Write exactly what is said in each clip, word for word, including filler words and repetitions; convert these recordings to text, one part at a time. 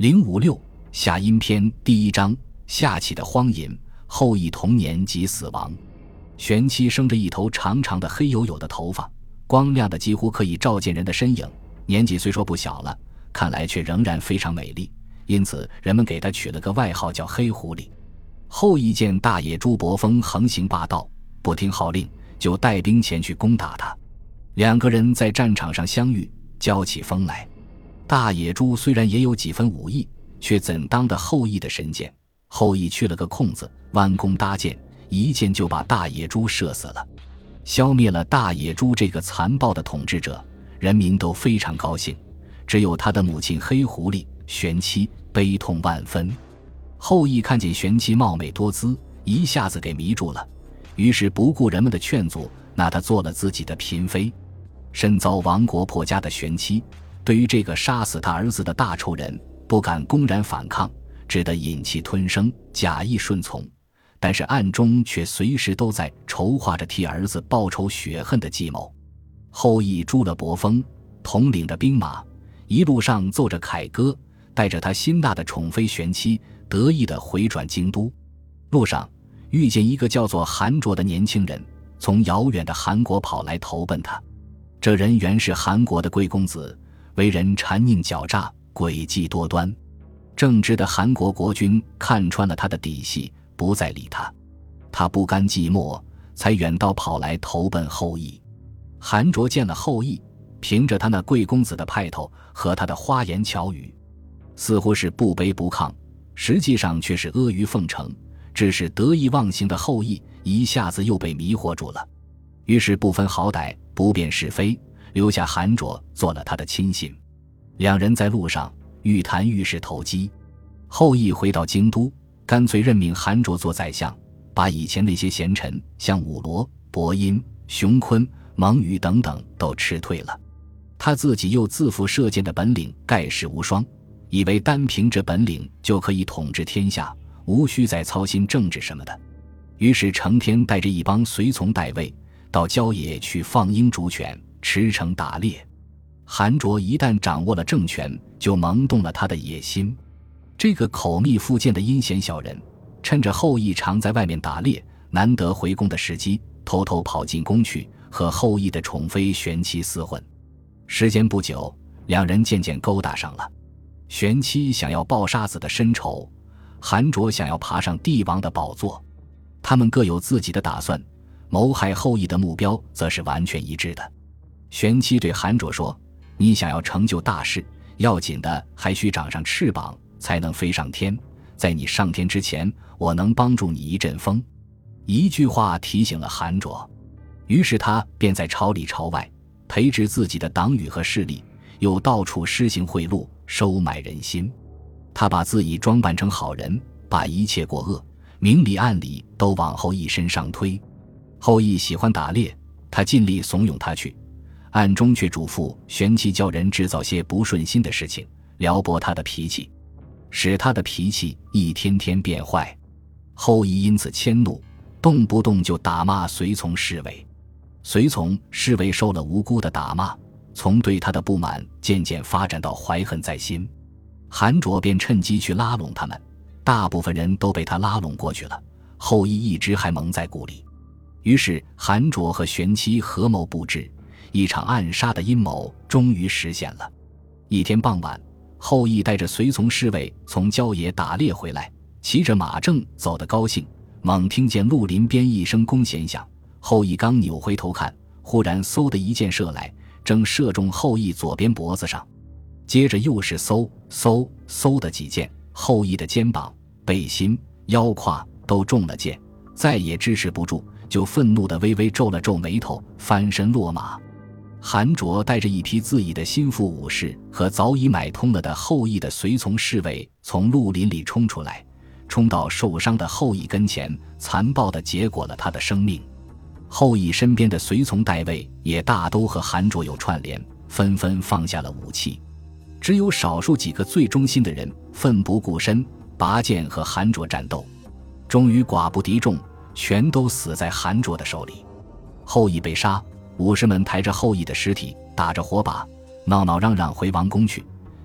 零五六下阴篇第一章，夏启的荒淫，后羿童年即死亡。玄妻生着一头长长的黑黝黝的头发，光亮的几乎可以照见人的身影，年纪虽说不小了，看来却仍然非常美丽，因此人们给她取了个外号叫黑狐狸。后羿见大野猪伯风横行霸道，不听号令，就带兵前去攻打他。两个人在战场上相遇，交起锋来。大野猪虽然也有几分武艺，却怎当得后羿的神箭？后羿去了个空子，弯弓搭箭，一箭就把大野猪射死了，消灭了大野猪这个残暴的统治者。人民都非常高兴，只有他的母亲黑狐狸玄妻悲痛万分。后羿看见玄妻貌美多姿，一下子给迷住了，于是不顾人们的劝阻，拿她做了自己的嫔妃。身遭亡国破家的玄妻，对于这个杀死他儿子的大仇人，不敢公然反抗，只得忍气吞声，假意顺从，但是暗中却随时都在筹划着替儿子报仇雪恨的计谋。后羿诛了伯风，统领着兵马，一路上奏着凯歌，带着他心大的宠妃玄妻，得意地回转京都。路上遇见一个叫做韩卓的年轻人，从遥远的韩国跑来投奔他。这人原是韩国的贵公子，为人残佞狡诈，诡计多端。正直的韩国国君看穿了他的底细，不再理他。他不甘寂寞，才远道跑来投奔后羿。韩卓见了后羿，凭着他那贵公子的派头和他的花言巧语，似乎是不卑不亢，实际上却是阿谀奉承，致使得意忘形的后羿一下子又被迷惑住了。于是不分好歹，不辨是非，留下韩卓做了他的亲信。两人在路上愈谈愈是投机。后羿回到京都，干脆任命韩卓做宰相，把以前那些贤臣像武罗、伯音、熊坤、蒙语等等都吃退了。他自己又自负射箭的本领盖世无双，以为单凭这本领就可以统治天下，无需再操心政治什么的。于是成天带着一帮随从带位，到郊野去放鹰逐犬，驰骋打猎。韩卓一旦掌握了政权，就萌动了他的野心。这个口蜜腹剑的阴险小人，趁着后羿常在外面打猎，难得回宫的时机，偷偷跑进宫去，和后羿的宠妃玄妻厮混。时间不久，两人渐渐勾搭上了。玄妻想要报杀子的深仇，韩卓想要爬上帝王的宝座。他们各有自己的打算，谋害后羿的目标则是完全一致的。玄妻对韩卓说，你想要成就大事，要紧的还需长上翅膀，才能飞上天。在你上天之前，我能帮助你一阵风。一句话提醒了韩卓，于是他便在朝里朝外培植自己的党羽和势力，又到处施行贿赂，收买人心。他把自己装扮成好人，把一切过恶明里暗里都往后羿身上推。后羿喜欢打猎，他尽力怂恿他去，暗中却嘱咐玄妻叫人制造些不顺心的事情，撩拨他的脾气，使他的脾气一天天变坏。后羿因此迁怒，动不动就打骂随从侍卫。随从侍卫受了无辜的打骂，从对他的不满渐渐发展到怀恨在心。韩卓便趁机去拉拢他们，大部分人都被他拉拢过去了，后羿一直还蒙在鼓里。于是韩卓和玄妻合谋布置，一场暗杀的阴谋终于实现了。一天傍晚，后羿带着随从侍卫从郊野打猎回来，骑着马正走得高兴，猛听见鹿林边一声弓弦响。后羿刚扭回头看，忽然嗖的一箭射来，正射中后羿左边脖子上。接着又是嗖嗖嗖的几箭，后羿的肩膀、背心、腰胯都中了箭，再也支持不住，就愤怒地微微皱了皱眉头，翻身落马。韩卓带着一批自己的心腹武士和早已买通了的后羿的随从侍卫从鹿林里冲出来，冲到受伤的后羿跟前，残暴地结果了他的生命。后羿身边的随从带卫也大都和韩卓有串联，纷纷放下了武器。只有少数几个最忠心的人奋不顾身，拔剑和韩卓战斗，终于寡不敌众，全都死在韩卓的手里。后羿被杀，武士们抬着后羿的尸体，打着火把，闹闹嚷嚷回王宫去。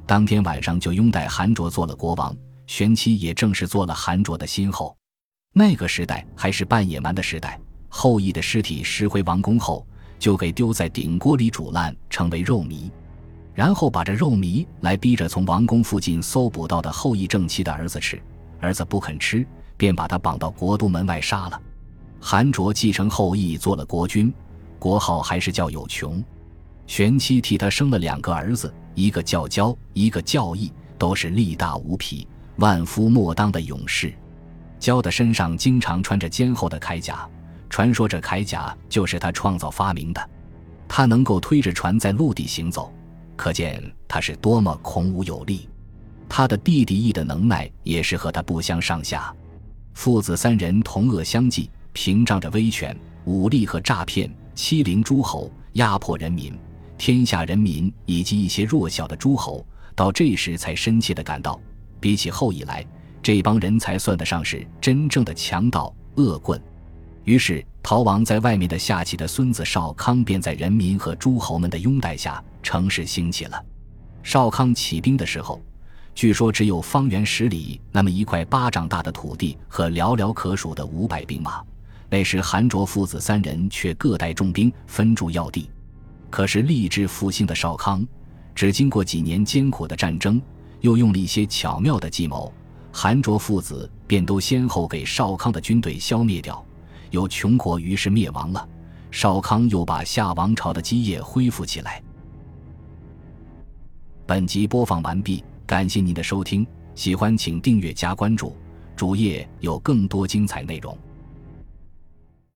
当天晚上就拥戴韩卓做了国王，玄期也正式做了韩卓的新后。那个时代还是半野蛮的时代，后羿的尸体拾回王宫后，就给丢在鼎锅里煮烂，成为肉糜，然后把这肉糜来逼着从王宫附近搜捕到的后羿正妻的儿子吃，儿子不肯吃，便把他绑到国都门外杀了。韩卓继承后羿做了国君，国号还是叫有穷。玄期替他生了两个儿子，一个叫交，一个叫义，都是力大无匹、万夫莫当的勇士。交的身上经常穿着坚厚的铠甲，传说这铠甲就是他创造发明的。他能够推着船在陆地行走，可见他是多么孔武有力。他的弟弟义的能耐也是和他不相上下，父子三人同恶相济，屏仗着威权、武力和诈骗，欺凌诸侯，压迫人民。天下人民以及一些弱小的诸侯，到这时才深切地感到，比起后羿来，这帮人才算得上是真正的强盗恶棍。于是逃亡在外面的夏启的孙子少康便在人民和诸侯们的拥戴下乘势兴起了。少康起兵的时候，据说只有方圆十里那么一块巴掌大的土地和寥寥可数的五百兵马，那时韩卓父子三人却各带重兵分驻要地。可是立志复兴的少康，只经过几年艰苦的战争，又用了一些巧妙的计谋，韩卓父子便都先后给少康的军队消灭掉，有穷国于是灭亡了。少康又把夏王朝的基业恢复起来。本集播放完毕，感谢您的收听，喜欢请订阅加关注，主页有更多精彩内容。